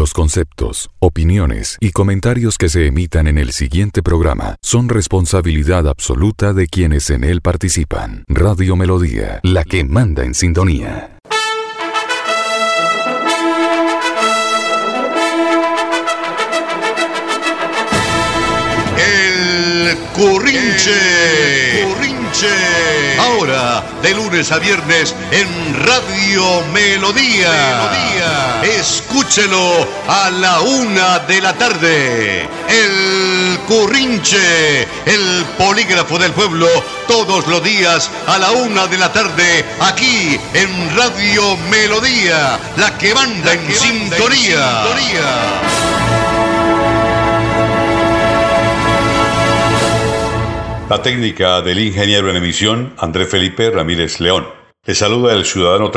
Los conceptos, opiniones y comentarios que se emitan en el siguiente programa son responsabilidad absoluta de quienes en él participan. Radio Melodía, la que manda en sintonía. El Currinche. Ahora, de lunes a viernes en Radio Melodía. Escúchelo a la 1:00 p.m. El Currinche, el polígrafo del pueblo, todos los días a la 1:00 p.m. aquí en Radio Melodía, la que manda en sintonía. La técnica del ingeniero en emisión, André Felipe Ramírez León. Le saluda el ciudadano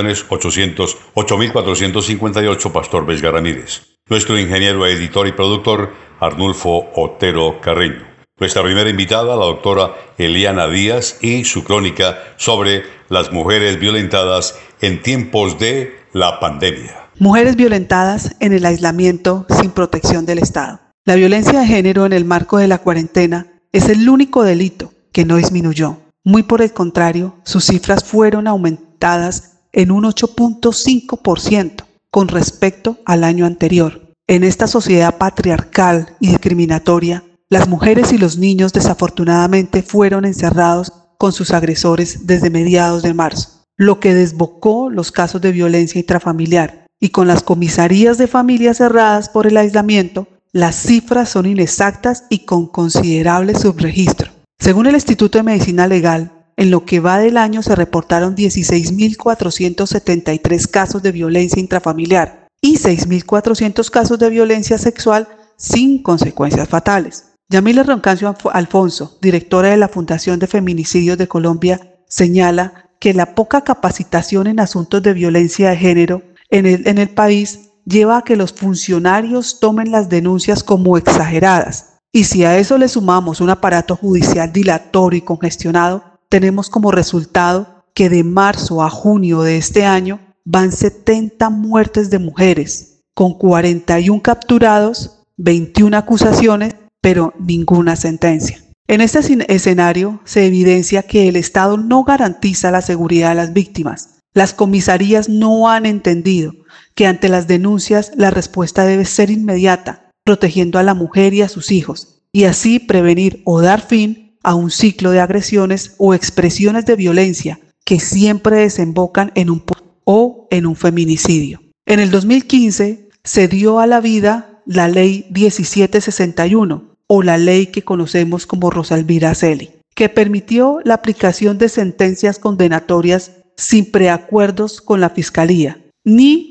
13.808.458, Pastor Vesga Ramírez. Nuestro ingeniero, editor y productor, Arnulfo Otero Carreño. Nuestra primera invitada, la doctora Eliana Díaz, y su crónica sobre las mujeres violentadas en tiempos de la pandemia. Mujeres violentadas en el aislamiento sin protección del Estado. La violencia de género en el marco de la cuarentena es el único delito que no disminuyó. Muy por el contrario, sus cifras fueron aumentadas en un 8.5% con respecto al año anterior. En esta sociedad patriarcal y discriminatoria, las mujeres y los niños desafortunadamente fueron encerrados con sus agresores desde mediados de marzo, lo que desbocó los casos de violencia intrafamiliar. Y con las comisarías de familias cerradas por el aislamiento, las cifras son inexactas y con considerable subregistro. Según el Instituto de Medicina Legal, en lo que va del año se reportaron 16.473 casos de violencia intrafamiliar y 6.400 casos de violencia sexual sin consecuencias fatales. Yamila Roncancio Alfonso, directora de la Fundación de Feminicidios de Colombia, señala que la poca capacitación en asuntos de violencia de género en el país lleva a que los funcionarios tomen las denuncias como exageradas. Y si a eso le sumamos un aparato judicial dilatorio y congestionado, tenemos como resultado que de marzo a junio de este año van 70 muertes de mujeres, con 41 capturados, 21 acusaciones, pero ninguna sentencia. En este escenario se evidencia que el Estado no garantiza la seguridad de las víctimas. Las comisarías no han entendido que ante las denuncias la respuesta debe ser inmediata, protegiendo a la mujer y a sus hijos, y así prevenir o dar fin a un ciclo de agresiones o expresiones de violencia que siempre desembocan en un feminicidio. En el 2015 se dio a la vida la Ley 1761, o la ley que conocemos como Rosa Elvira Celi, que permitió la aplicación de sentencias condenatorias sin preacuerdos con la Fiscalía, ni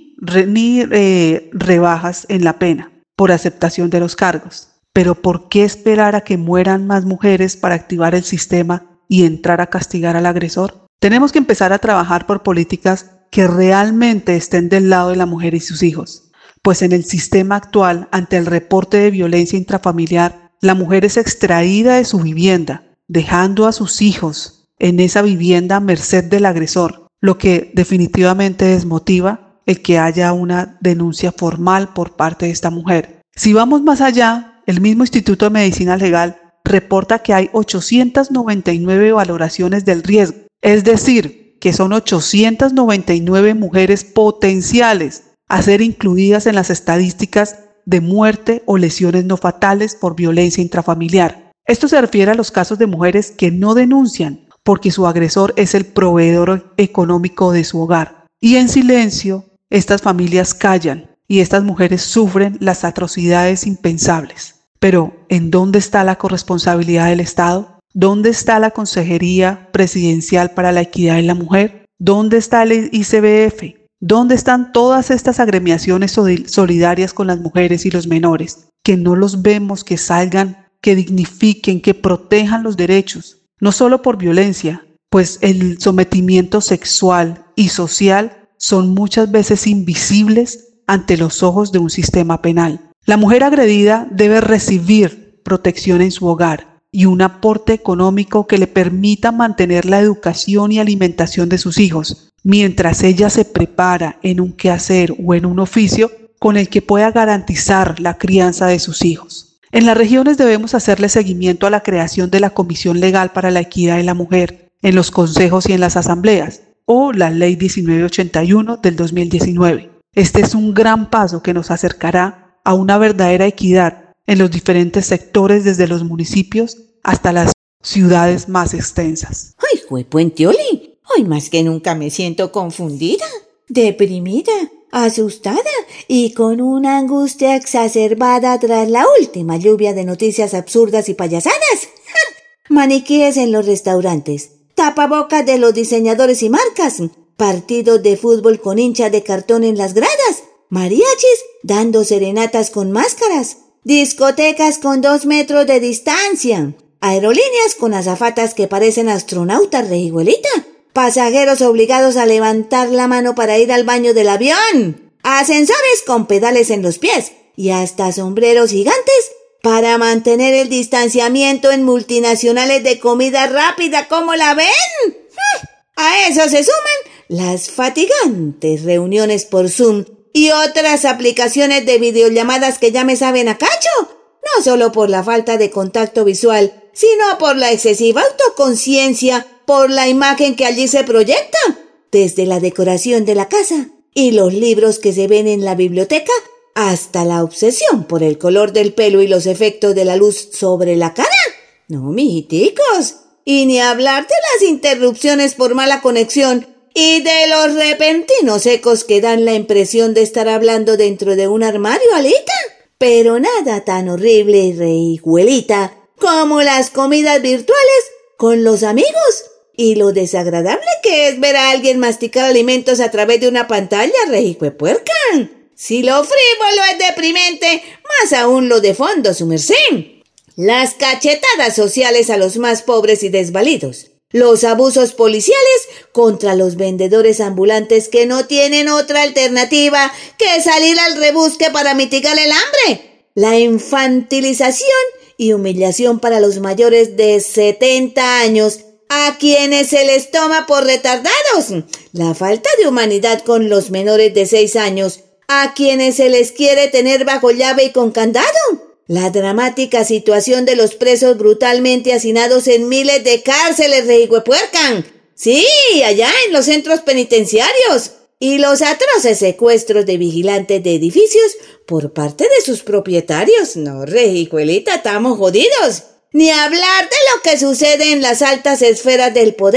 rebajas en la pena por aceptación de los cargos. Pero ¿por qué esperar a que mueran más mujeres para activar el sistema y entrar a castigar al agresor? Tenemos que empezar a trabajar por políticas que realmente estén del lado de la mujer y sus hijos, pues en el sistema actual, ante el reporte de violencia intrafamiliar, la mujer es extraída de su vivienda, dejando a sus hijos en esa vivienda a merced del agresor, lo que definitivamente desmotiva el que haya una denuncia formal por parte de esta mujer. Si vamos más allá, el mismo Instituto de Medicina Legal reporta que hay 899 valoraciones del riesgo, es decir, que son 899 mujeres potenciales a ser incluidas en las estadísticas de muerte o lesiones no fatales por violencia intrafamiliar. Esto se refiere a los casos de mujeres que no denuncian porque su agresor es el proveedor económico de su hogar. Y en silencio, estas familias callan y estas mujeres sufren las atrocidades impensables. Pero, ¿en dónde está la corresponsabilidad del Estado? ¿Dónde está la Consejería Presidencial para la Equidad de la Mujer? ¿Dónde está el ICBF? ¿Dónde están todas estas agremiaciones solidarias con las mujeres y los menores? Que no los vemos, que salgan, que dignifiquen, que protejan los derechos, no solo por violencia, pues el sometimiento sexual y social son muchas veces invisibles ante los ojos de un sistema penal. La mujer agredida debe recibir protección en su hogar y un aporte económico que le permita mantener la educación y alimentación de sus hijos, mientras ella se prepara en un quehacer o en un oficio con el que pueda garantizar la crianza de sus hijos. En las regiones debemos hacerle seguimiento a la creación de la Comisión Legal para la Equidad de la Mujer en los consejos y en las asambleas, o la Ley 1981 del 2019. Este es un gran paso que nos acercará a una verdadera equidad en los diferentes sectores, desde los municipios hasta las ciudades más extensas. ¡Ay, juepuentioli! Hoy más que nunca me siento confundida, deprimida, asustada y con una angustia exacerbada tras la última lluvia de noticias absurdas y payasadas. ¡Ja! Maniquíes en los restaurantes, tapabocas de los diseñadores y marcas, partidos de fútbol con hinchas de cartón en las gradas, mariachis dando serenatas con máscaras, discotecas con 2 metros de distancia, aerolíneas con azafatas que parecen astronautas, reiguelita, pasajeros obligados a levantar la mano para ir al baño del avión, ascensores con pedales en los pies y hasta sombreros gigantes para mantener el distanciamiento en multinacionales de comida rápida. ¿Cómo la ven? A eso se suman las fatigantes reuniones por Zoom y otras aplicaciones de videollamadas que ya me saben a cacho, no solo por la falta de contacto visual, sino por la excesiva autoconciencia, por la imagen que allí se proyecta, desde la decoración de la casa y los libros que se ven en la biblioteca, hasta la obsesión por el color del pelo y los efectos de la luz sobre la cara. No, mijiticos, y ni hablar de las interrupciones por mala conexión y de los repentinos ecos que dan la impresión de estar hablando dentro de un armario, Alita. Pero nada tan horrible y rehijuelita como las comidas virtuales con los amigos y lo desagradable que es ver a alguien masticar alimentos a través de una pantalla, rehijuepuercan. Si lo frívolo es deprimente, más aún lo de fondo, su merced. Las cachetadas sociales a los más pobres y desvalidos, los abusos policiales contra los vendedores ambulantes que no tienen otra alternativa que salir al rebusque para mitigar el hambre, la infantilización y humillación para los mayores de 70 años, a quienes se les toma por retardados, la falta de humanidad con los menores de 6 años, a quienes se les quiere tener bajo llave y con candado, la dramática situación de los presos brutalmente hacinados en miles de cárceles, rehijuepuercan, sí, allá en los centros penitenciarios, y los atroces secuestros de vigilantes de edificios por parte de sus propietarios. No, rehijuelita, estamos jodidos. Ni hablar de lo que sucede en las altas esferas del poder.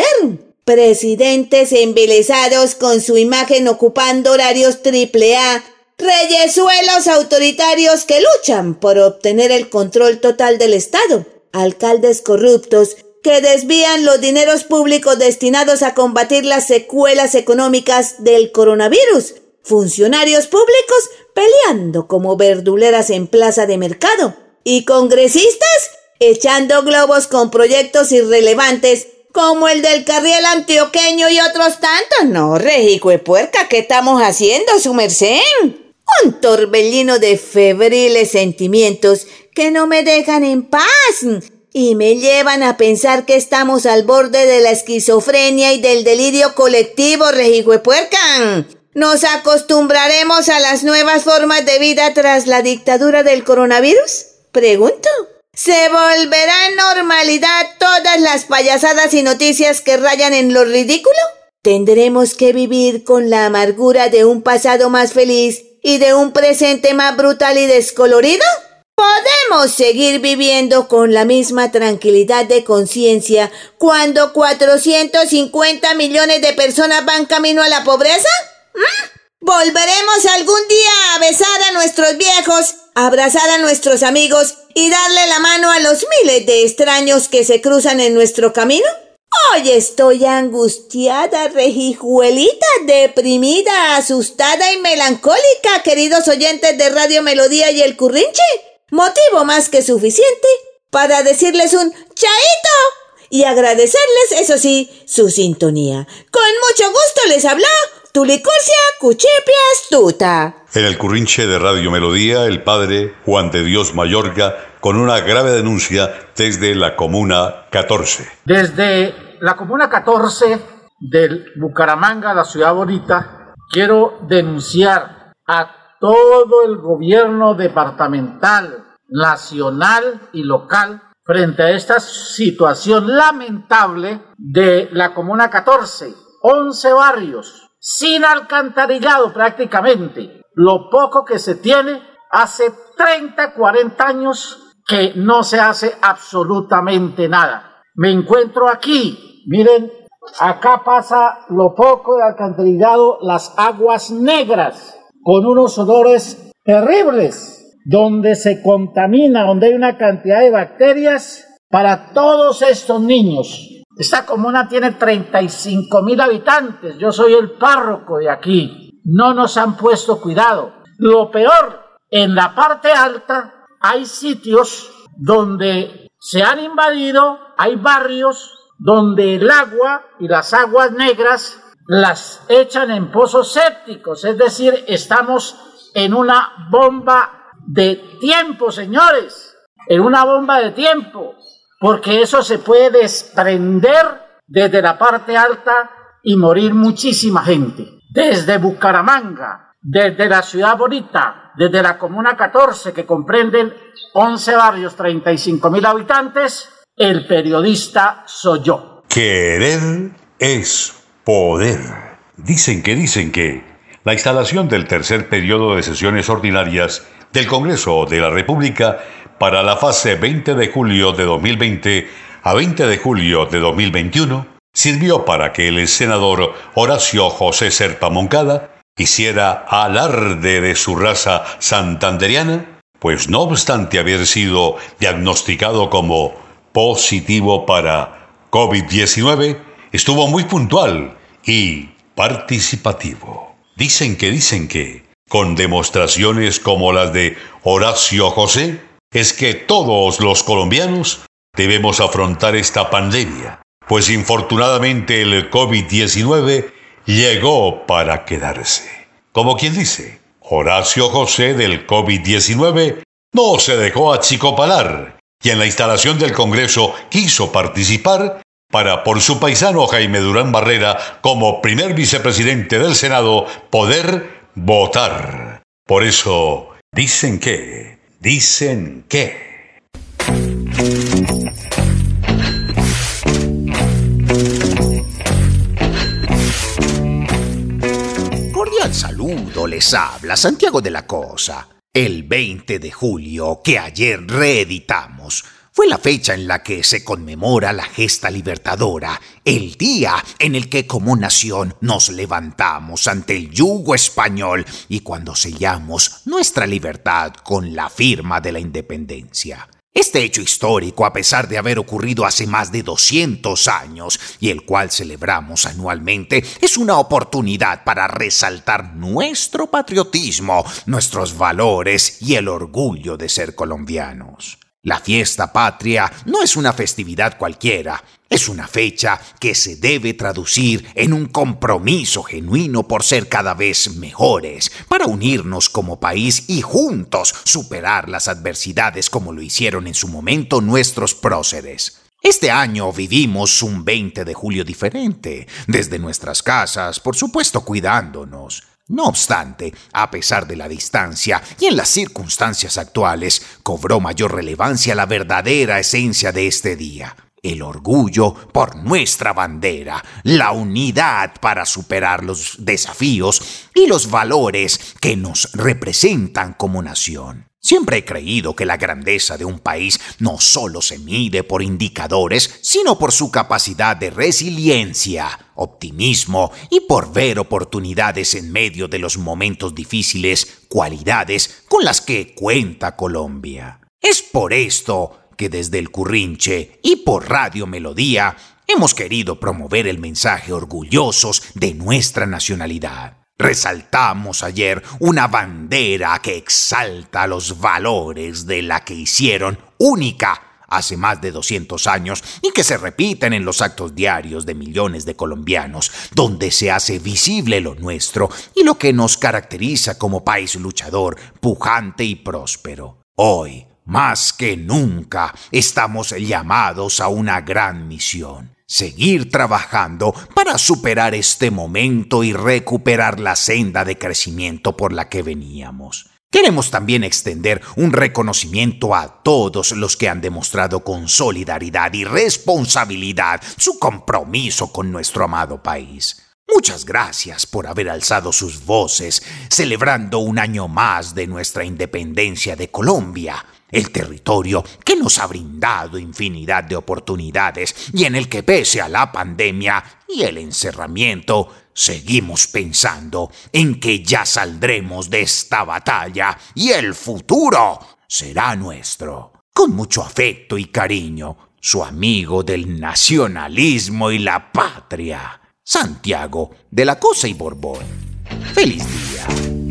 Presidentes embelesados con su imagen ocupando horarios AAA, reyesuelos autoritarios que luchan por obtener el control total del Estado, alcaldes corruptos que desvían los dineros públicos destinados a combatir las secuelas económicas del coronavirus, funcionarios públicos peleando como verduleras en plaza de mercado y congresistas echando globos con proyectos irrelevantes como el del carriel antioqueño y otros tantos. No, rehijuepuerca, ¿qué estamos haciendo, su merced? Un torbellino de febriles sentimientos que no me dejan en paz y me llevan a pensar que estamos al borde de la esquizofrenia y del delirio colectivo, rehijuepuerca. ¿Nos acostumbraremos a las nuevas formas de vida tras la dictadura del coronavirus? Pregunto. ¿Se volverá normalidad todas las payasadas y noticias que rayan en lo ridículo? ¿Tendremos que vivir con la amargura de un pasado más feliz y de un presente más brutal y descolorido? ¿Podemos seguir viviendo con la misma tranquilidad de conciencia cuando 450 millones de personas van camino a la pobreza? ¿Volveremos algún día a besar a nuestros viejos, a abrazar a nuestros amigos y darle la mano a los miles de extraños que se cruzan en nuestro camino? Hoy estoy angustiada, rehijuelita, deprimida, asustada y melancólica, queridos oyentes de Radio Melodía y El Currinche. Motivo más que suficiente para decirles un chaito y agradecerles, eso sí, su sintonía. Con mucho gusto les habló tu Licurcia Cuchipia Astuta. En El Currinche de Radio Melodía, el padre Juan de Dios Mayorga con una grave denuncia desde la Comuna 14. Desde la Comuna 14 de Bucaramanga, la ciudad bonita, quiero denunciar a todo el gobierno departamental, nacional y local frente a esta situación lamentable de la Comuna 14. 11 barrios sin alcantarillado prácticamente. Lo poco que se tiene hace 30, 40 años que no se hace absolutamente nada. Me encuentro aquí, miren, acá pasa lo poco de alcantarillado, las aguas negras, con unos olores terribles, donde se contamina, donde hay una cantidad de bacterias para todos estos niños. Esta comuna tiene 35.000 habitantes, yo soy el párroco de aquí, no nos han puesto cuidado. Lo peor, en la parte alta hay sitios donde se han invadido, hay barrios donde el agua y las aguas negras las echan en pozos sépticos, es decir, estamos en una bomba de tiempo, señores, en una bomba de tiempo, porque eso se puede desprender desde la parte alta y morir muchísima gente, desde Bucaramanga, desde la Ciudad Bonita, desde la Comuna 14, que comprenden 11 barrios, 35.000 habitantes, el periodista soy yo. Querer es poder. Dicen que la instalación del tercer periodo de sesiones ordinarias del Congreso de la República para la fase 20 de julio de 2020 a 20 de julio de 2021 sirvió para que el senador Horacio José Serpa Moncada hiciera alarde de su raza santandereana, pues no obstante haber sido diagnosticado como positivo para COVID-19, estuvo muy puntual y participativo. Dicen que, con demostraciones como las de Horacio José, es que todos los colombianos debemos afrontar esta pandemia, pues infortunadamente el COVID-19 llegó para quedarse. Como quien dice, Horacio José del COVID-19 no se dejó achicopalar y en la instalación del Congreso quiso participar para, por su paisano Jaime Durán Barrera, como primer vicepresidente del Senado, poder votar. Por eso, dicen que... Cordial saludo, les habla Santiago de la Cosa. El 20 de julio, que ayer reeditamos, fue la fecha en la que se conmemora la gesta libertadora, el día en el que como nación nos levantamos ante el yugo español y cuando sellamos nuestra libertad con la firma de la independencia. Este hecho histórico, a pesar de haber ocurrido hace más de 200 años y el cual celebramos anualmente, es una oportunidad para resaltar nuestro patriotismo, nuestros valores y el orgullo de ser colombianos. La fiesta patria no es una festividad cualquiera, es una fecha que se debe traducir en un compromiso genuino por ser cada vez mejores, para unirnos como país y juntos superar las adversidades como lo hicieron en su momento nuestros próceres. Este año vivimos un 20 de julio diferente, desde nuestras casas, por supuesto cuidándonos. No obstante, a pesar de la distancia y en las circunstancias actuales, cobró mayor relevancia la verdadera esencia de este día: el orgullo por nuestra bandera, la unidad para superar los desafíos y los valores que nos representan como nación. Siempre he creído que la grandeza de un país no solo se mide por indicadores, sino por su capacidad de resiliencia, optimismo y por ver oportunidades en medio de los momentos difíciles, cualidades con las que cuenta Colombia. Es por esto que desde el Currinche y por Radio Melodía hemos querido promover el mensaje orgullosos de nuestra nacionalidad. Resaltamos ayer una bandera que exalta los valores de la que hicieron única hace más de 200 años y que se repiten en los actos diarios de millones de colombianos, donde se hace visible lo nuestro y lo que nos caracteriza como país luchador, pujante y próspero. Hoy, más que nunca, estamos llamados a una gran misión: seguir trabajando para superar este momento y recuperar la senda de crecimiento por la que veníamos. Queremos también extender un reconocimiento a todos los que han demostrado con solidaridad y responsabilidad su compromiso con nuestro amado país. Muchas gracias por haber alzado sus voces, celebrando un año más de nuestra independencia de Colombia, el territorio que nos ha brindado infinidad de oportunidades y en el que, pese a la pandemia y el encerramiento, seguimos pensando en que ya saldremos de esta batalla y el futuro será nuestro. Con mucho afecto y cariño, su amigo del nacionalismo y la patria, Santiago de la Cosa y Borbón. ¡Feliz día!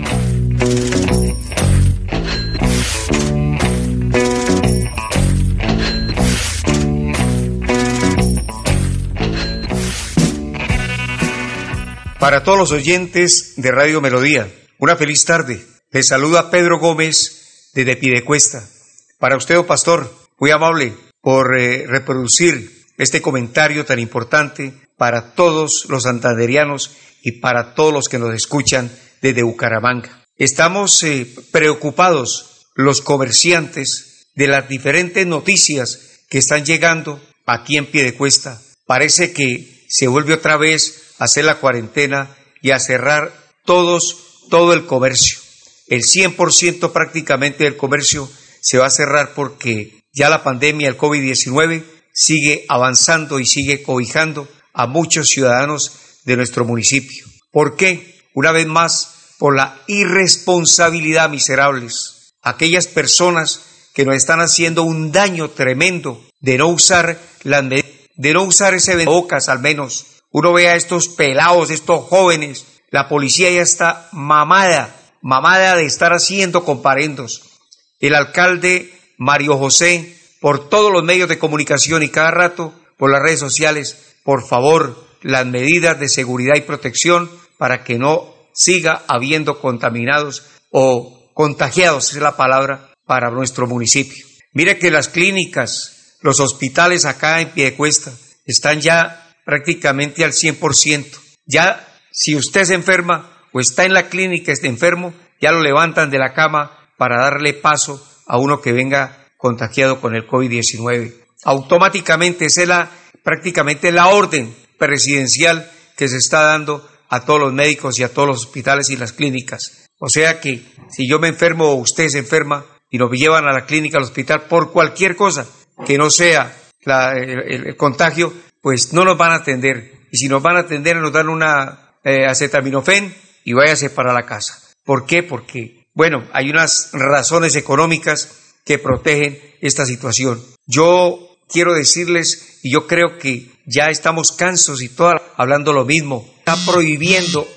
Para todos los oyentes de Radio Melodía, una feliz tarde. Les saluda Pedro Gómez desde Piedecuesta. Para usted, don Pastor, muy amable por reproducir este comentario tan importante para todos los santanderianos y para todos los que nos escuchan desde Bucaramanga. Estamos preocupados, los comerciantes, de las diferentes noticias que están llegando aquí en Piedecuesta. Parece que se vuelve otra vez a hacer la cuarentena y a cerrar todo el comercio. El 100% prácticamente del comercio se va a cerrar porque ya la pandemia, el COVID-19, sigue avanzando y sigue cobijando a muchos ciudadanos de nuestro municipio. ¿Por qué? Una vez más, por la irresponsabilidad, miserables. Aquellas personas que nos están haciendo un daño tremendo de no usar ese vendabocas al menos. Uno ve a estos pelados, estos jóvenes, la policía ya está mamada de estar haciendo comparendos. El alcalde Mario José, por todos los medios de comunicación y cada rato por las redes sociales, por favor, las medidas de seguridad y protección para que no siga habiendo contaminados o contagiados, es la palabra, para nuestro municipio. Mire que las clínicas, los hospitales acá en Piedecuesta están ya prácticamente al 100%. Ya si usted se enferma o está en la clínica, está enfermo, ya lo levantan de la cama para darle paso a uno que venga contagiado con el COVID-19. Automáticamente esa es prácticamente la orden presidencial que se está dando a todos los médicos y a todos los hospitales y las clínicas. O sea que si yo me enfermo o usted se enferma y nos llevan a la clínica, al hospital, por cualquier cosa que no sea el contagio, pues no nos van a atender. Y si nos van a atender, nos dan una acetaminofén y váyase para la casa. ¿Por qué? Porque, bueno, hay unas razones económicas que protegen esta situación. Yo quiero decirles, y yo creo que ya estamos cansos y todos hablando lo mismo, está prohibiendo,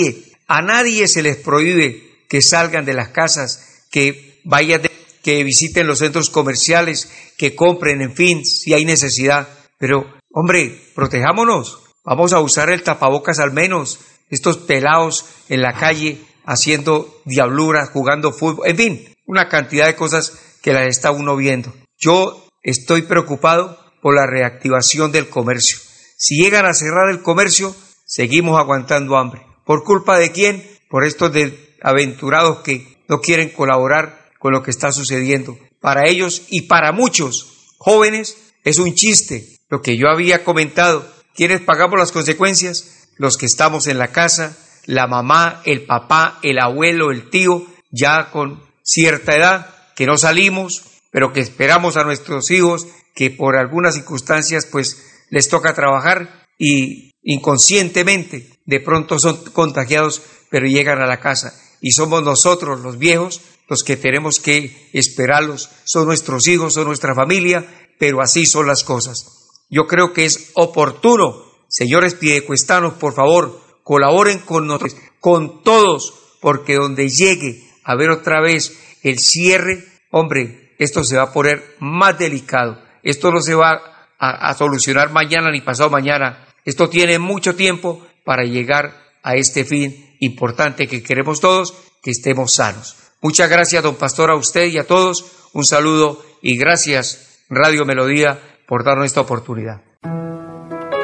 a nadie se les prohíbe que salgan de las casas, que vayan, que visiten los centros comerciales, que compren, en fin, si hay necesidad. Pero, hombre, protejámonos, vamos a usar el tapabocas al menos, estos pelados en la calle haciendo diabluras, jugando fútbol, en fin, una cantidad de cosas que las está uno viendo. Yo estoy preocupado por la reactivación del comercio. Si llegan a cerrar el comercio, seguimos aguantando hambre. ¿Por culpa de quién? Por estos aventurados que no quieren colaborar con lo que está sucediendo. Para ellos y para muchos jóvenes es un chiste. Lo que yo había comentado, ¿quiénes pagamos las consecuencias? Los que estamos en la casa, la mamá, el papá, el abuelo, el tío, ya con cierta edad, que no salimos, pero que esperamos a nuestros hijos, que por algunas circunstancias pues les toca trabajar y inconscientemente de pronto son contagiados, pero llegan a la casa. Y somos nosotros, los viejos, los que tenemos que esperarlos. Son nuestros hijos, son nuestra familia, pero así son las cosas. Yo creo que es oportuno, señores piedecuestanos, por favor, colaboren con nosotros, con todos, porque donde llegue a ver otra vez el cierre, hombre, esto se va a poner más delicado. Esto no se va a solucionar mañana ni pasado mañana. Esto tiene mucho tiempo para llegar a este fin importante que queremos todos, que estemos sanos. Muchas gracias, don Pastor, a usted y a todos. Un saludo y gracias, Radio Melodía, por darnos esta oportunidad.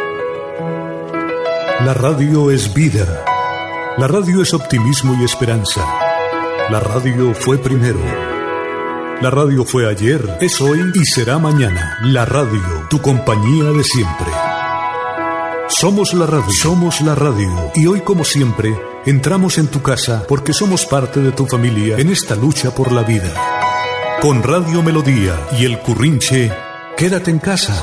La radio es vida. La radio es optimismo y esperanza. La radio fue primero. La radio fue ayer, es hoy y será mañana. La radio, tu compañía de siempre. Somos la radio. Y hoy, como siempre, entramos en tu casa porque somos parte de tu familia en esta lucha por la vida. Con Radio Melodía y El Currinche, quédate en casa.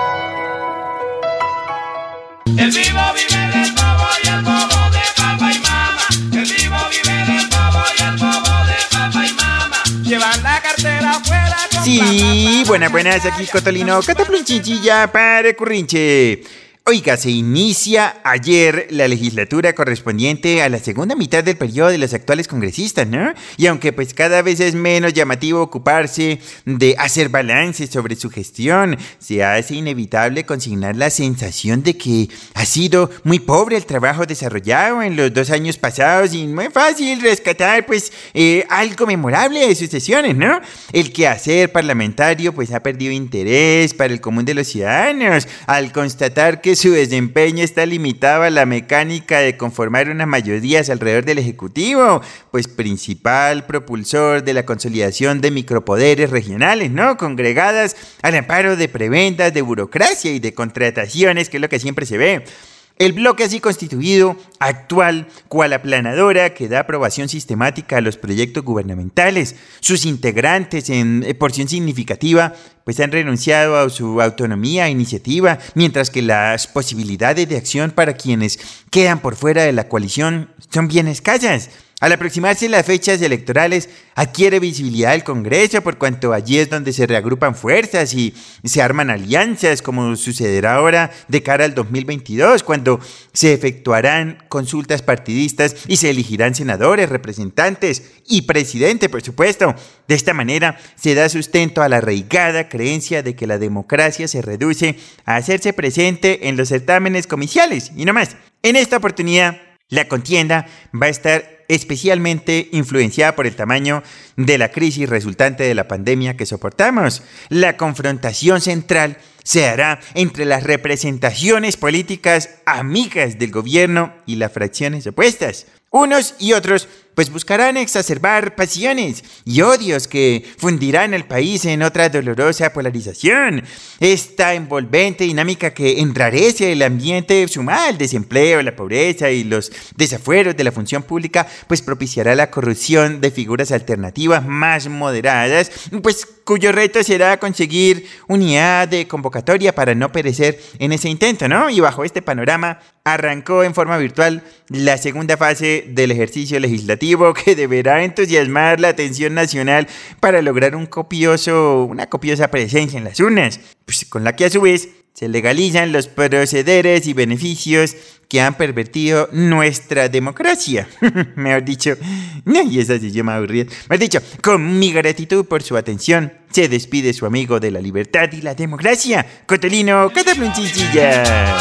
El vivo vive del bobo y el bobo de papá y mamá. El vivo vive del bobo y el bobo de papá y mamá. Llevan la cartera afuera. Sí, buenas, aquí Cotolino, Cataplum Chinchilla para el Currinche. Oiga, se inicia ayer la legislatura correspondiente a la segunda mitad del periodo de los actuales congresistas, ¿no? Y aunque pues cada vez es menos llamativo ocuparse de hacer balance sobre su gestión, se hace inevitable consignar la sensación de que ha sido muy pobre el trabajo desarrollado en los 2 años pasados y muy fácil rescatar pues algo memorable de sus sesiones, ¿no? El quehacer parlamentario pues ha perdido interés para el común de los ciudadanos al constatar que su desempeño está limitado a la mecánica de conformar unas mayorías alrededor del Ejecutivo, pues principal propulsor de la consolidación de micropoderes regionales, ¿no? Congregadas al amparo de prebendas, de burocracia y de contrataciones, que es lo que siempre se ve. El bloque así constituido, actual, cual aplanadora que da aprobación sistemática a los proyectos gubernamentales. Sus integrantes, en porción significativa, pues han renunciado a su autonomía e iniciativa, mientras que las posibilidades de acción para quienes quedan por fuera de la coalición son bien escasas. Al aproximarse las fechas electorales, adquiere visibilidad el Congreso, por cuanto allí es donde se reagrupan fuerzas y se arman alianzas, como sucederá ahora de cara al 2022, cuando se efectuarán consultas partidistas y se elegirán senadores, representantes y presidente, por supuesto. De esta manera se da sustento a la arraigada creencia de que la democracia se reduce a hacerse presente en los certámenes comiciales y no más. En esta oportunidad, la contienda va a estar especialmente influenciada por el tamaño de la crisis resultante de la pandemia que soportamos. La confrontación central se hará entre las representaciones políticas amigas del gobierno y las fracciones opuestas. Unos y otros pues buscarán exacerbar pasiones y odios que fundirán al país en otra dolorosa polarización. Esta envolvente dinámica que enrarece el ambiente sumado al desempleo, la pobreza y los desafueros de la función pública, pues propiciará la corrupción de figuras alternativas más moderadas, pues cuyo reto será conseguir unidad de convocatoria para no perecer en ese intento, ¿no? Y bajo este panorama arrancó en forma virtual la segunda fase del ejercicio legislativo, que deberá entusiasmar la atención nacional para lograr una copiosa presencia en las urnas, pues con la que a su vez se legalizan los procederes y beneficios que han pervertido nuestra democracia. Mejor dicho, y esa se llama aburrida. Mejor dicho, con mi gratitud por su atención, se despide su amigo de la libertad y la democracia, Cotolino Cataplum Chinchilla.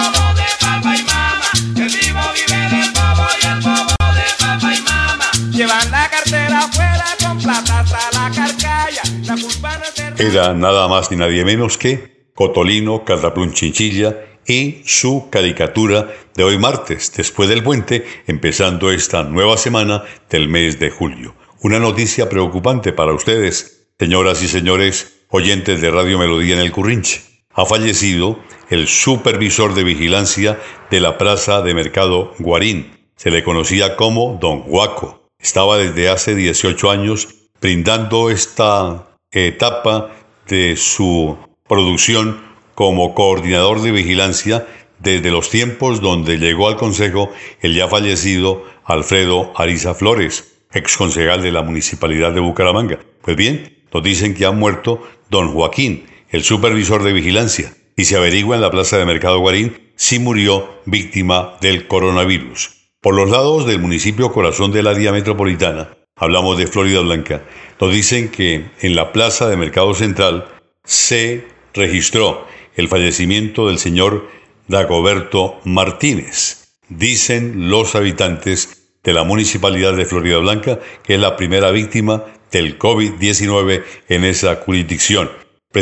Llevan la cartera afuera con plata hasta la carcalla. Era nada más ni nadie menos que Cotolino Cataplum Chinchilla y su caricatura de hoy martes, después del puente, empezando esta nueva semana del mes de julio. Una noticia preocupante para ustedes, señoras y señores oyentes de Radio Melodía en el Currinche. Ha fallecido el supervisor de vigilancia de la plaza de Mercado Guarín. Se le conocía como Don Guaco. Estaba desde hace 18 años brindando esta etapa de su producción como coordinador de vigilancia desde los tiempos donde llegó al consejo el ya fallecido Alfredo Ariza Flores, exconcejal de la Municipalidad de Bucaramanga. Pues bien, nos dicen que ha muerto Don Joaquín, el supervisor de vigilancia, y se averigua en la plaza de Mercado Guarín si murió víctima del coronavirus. Por los lados del municipio corazón del área metropolitana, hablamos de Florida Blanca, nos dicen que en la plaza de Mercado Central se registró el fallecimiento del señor Dagoberto Martínez. Dicen los habitantes de la municipalidad de Florida Blanca que es la primera víctima del COVID-19 en esa jurisdicción.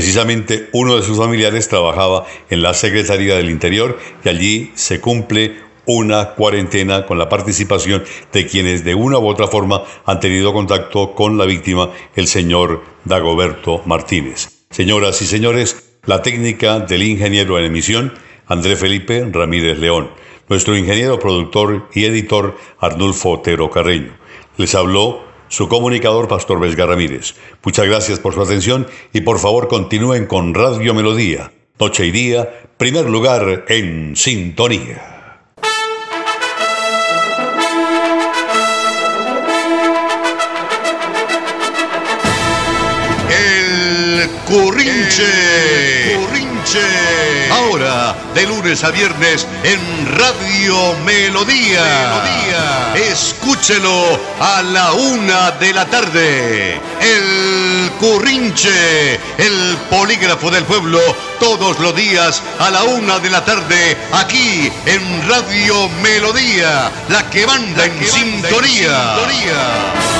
Precisamente uno de sus familiares trabajaba en la Secretaría del Interior y allí se cumple una cuarentena con la participación de quienes de una u otra forma han tenido contacto con la víctima, el señor Dagoberto Martínez. Señoras y señores, la técnica del ingeniero en emisión, André Felipe Ramírez León. Nuestro ingeniero, productor y editor, Arnulfo Otero Carreño. Les habló su comunicador, Pastor Vesga Ramírez. Muchas gracias por su atención y por favor continúen con Radio Melodía. Noche y día, primer lugar en sintonía. Currinche. Ahora, de lunes a viernes en Radio Melodía. Escúchelo a la 1 de la tarde. El Currinche, el polígrafo del pueblo, todos los días a la 1 de la tarde, aquí en Radio Melodía, la que manda en sintonía.